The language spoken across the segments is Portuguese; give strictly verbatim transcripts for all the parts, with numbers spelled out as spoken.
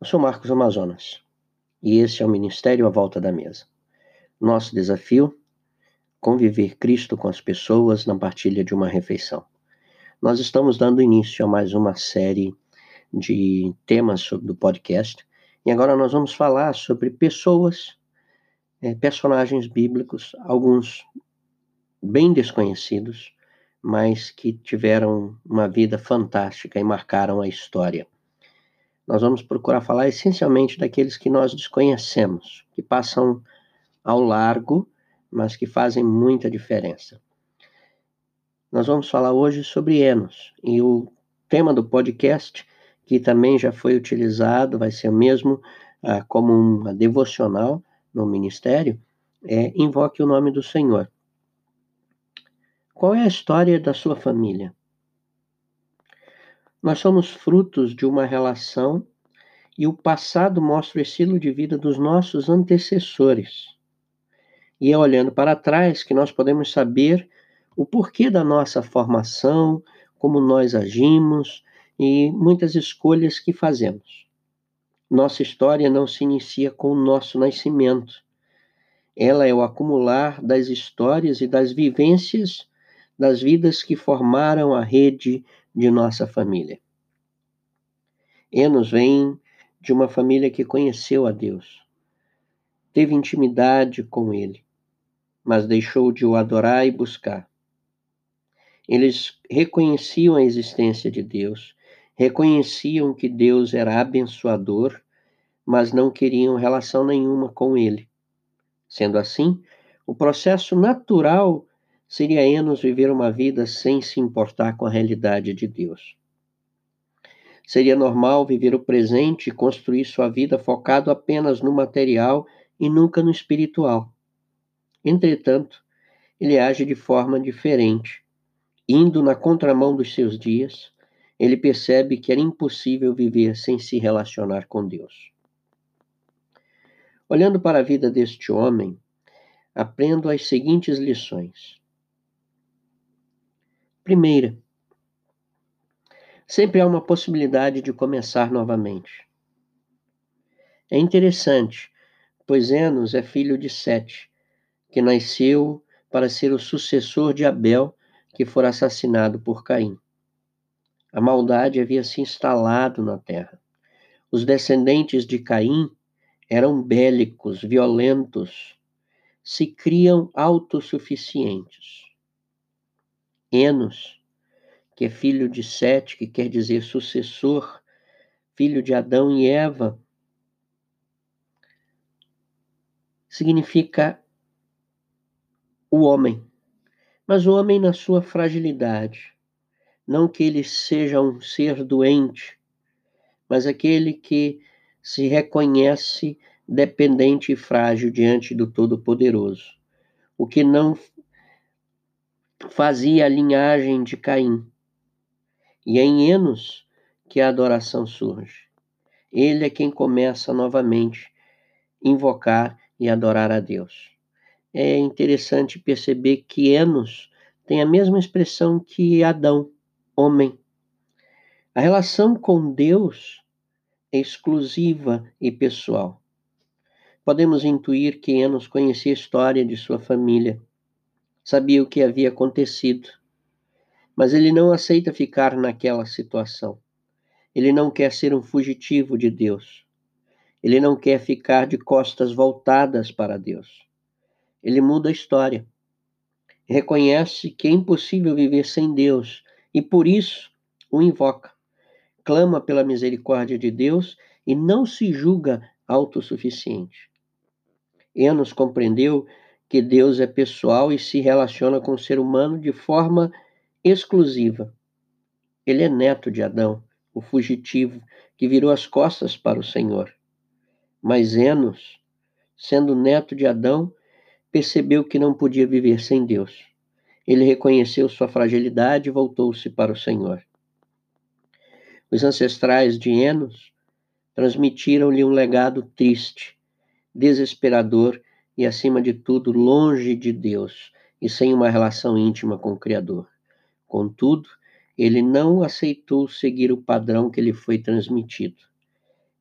Eu sou Marcos Amazonas e esse é o Ministério à Volta da Mesa. Nosso desafio: conviver Cristo com as pessoas na partilha de uma refeição. Nós estamos dando início a mais uma série de temas sobre do podcast e agora nós vamos falar sobre pessoas, é, personagens bíblicos, alguns bem desconhecidos, mas que tiveram uma vida fantástica e marcaram a história. Nós vamos procurar falar essencialmente daqueles que nós desconhecemos, que passam ao largo, mas que fazem muita diferença. Nós vamos falar hoje sobre Enos, e o tema do podcast, que também já foi utilizado, vai ser o mesmo ah, como uma devocional no ministério, é Invoque o Nome do Senhor. Qual é a história da sua família? Nós somos frutos de uma relação e o passado mostra o estilo de vida dos nossos antecessores. E é olhando para trás que nós podemos saber o porquê da nossa formação, como nós agimos e muitas escolhas que fazemos. Nossa história não se inicia com o nosso nascimento. Ela é o acumular das histórias e das vivências das vidas que formaram a rede de nossa família. Enos vem de uma família que conheceu a Deus, teve intimidade com Ele, mas deixou de o adorar e buscar. Eles reconheciam a existência de Deus, reconheciam que Deus era abençoador, mas não queriam relação nenhuma com Ele. Sendo assim, o processo natural seria Enos viver uma vida sem se importar com a realidade de Deus. Seria normal viver o presente e construir sua vida focado apenas no material e nunca no espiritual. Entretanto, ele age de forma diferente. Indo na contramão dos seus dias, ele percebe que era impossível viver sem se relacionar com Deus. Olhando para a vida deste homem, aprendo as seguintes lições. Primeira, sempre há uma possibilidade de começar novamente. É interessante, pois Enos é filho de Sete, que nasceu para ser o sucessor de Abel, que fora assassinado por Caim. A maldade havia se instalado na terra. Os descendentes de Caim eram bélicos, violentos, se criam autossuficientes. Enos, que é filho de Sete, que quer dizer sucessor, filho de Adão e Eva, significa o homem, mas o homem na sua fragilidade. Não que ele seja um ser doente, mas aquele que se reconhece dependente e frágil diante do Todo-Poderoso. O que não fazia a linhagem de Caim. E é em Enos que a adoração surge. Ele é quem começa novamente a invocar e adorar a Deus. É interessante perceber que Enos tem a mesma expressão que Adão, homem. A relação com Deus é exclusiva e pessoal. Podemos intuir que Enos conhecia a história de sua família, sabia o que havia acontecido, mas ele não aceita ficar naquela situação. Ele não quer ser um fugitivo de Deus. Ele não quer ficar de costas voltadas para Deus. Ele muda a história. Reconhece que é impossível viver sem Deus e por isso o invoca. Clama pela misericórdia de Deus e não se julga autossuficiente. Enos compreendeu que Deus é pessoal e se relaciona com o ser humano de forma exclusiva. Ele é neto de Adão, o fugitivo, que virou as costas para o Senhor. Mas Enos, sendo neto de Adão, percebeu que não podia viver sem Deus. Ele reconheceu sua fragilidade e voltou-se para o Senhor. Os ancestrais de Enos transmitiram-lhe um legado triste, desesperador e, acima de tudo, longe de Deus e sem uma relação íntima com o Criador. Contudo, ele não aceitou seguir o padrão que lhe foi transmitido.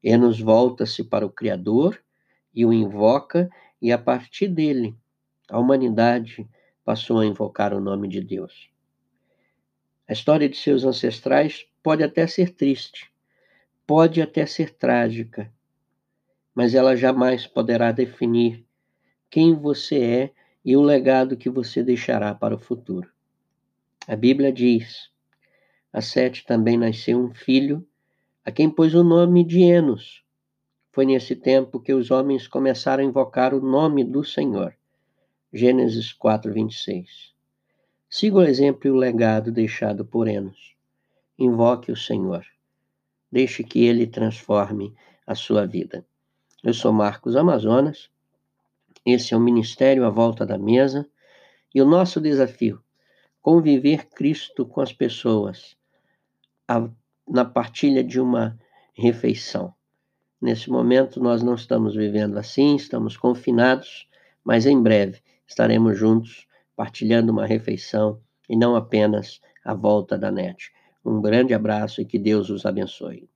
Enos volta-se para o Criador e o invoca, e a partir dele, a humanidade passou a invocar o nome de Deus. A história de seus ancestrais pode até ser triste, pode até ser trágica, mas ela jamais poderá definir quem você é e o legado que você deixará para o futuro. A Bíblia diz: a Sete também nasceu um filho, a quem pôs o nome de Enos. Foi nesse tempo que os homens começaram a invocar o nome do Senhor. Gênesis quatro, vinte e seis. Siga o exemplo e o legado deixado por Enos. Invoque o Senhor. Deixe que Ele transforme a sua vida. Eu sou Marcos Amazonas. Esse é o Ministério à Volta da Mesa. E o nosso desafio: conviver Cristo com as pessoas a, na partilha de uma refeição. Nesse momento nós não estamos vivendo assim, estamos confinados, mas em breve estaremos juntos partilhando uma refeição e não apenas a volta da net. Um grande abraço e que Deus os abençoe.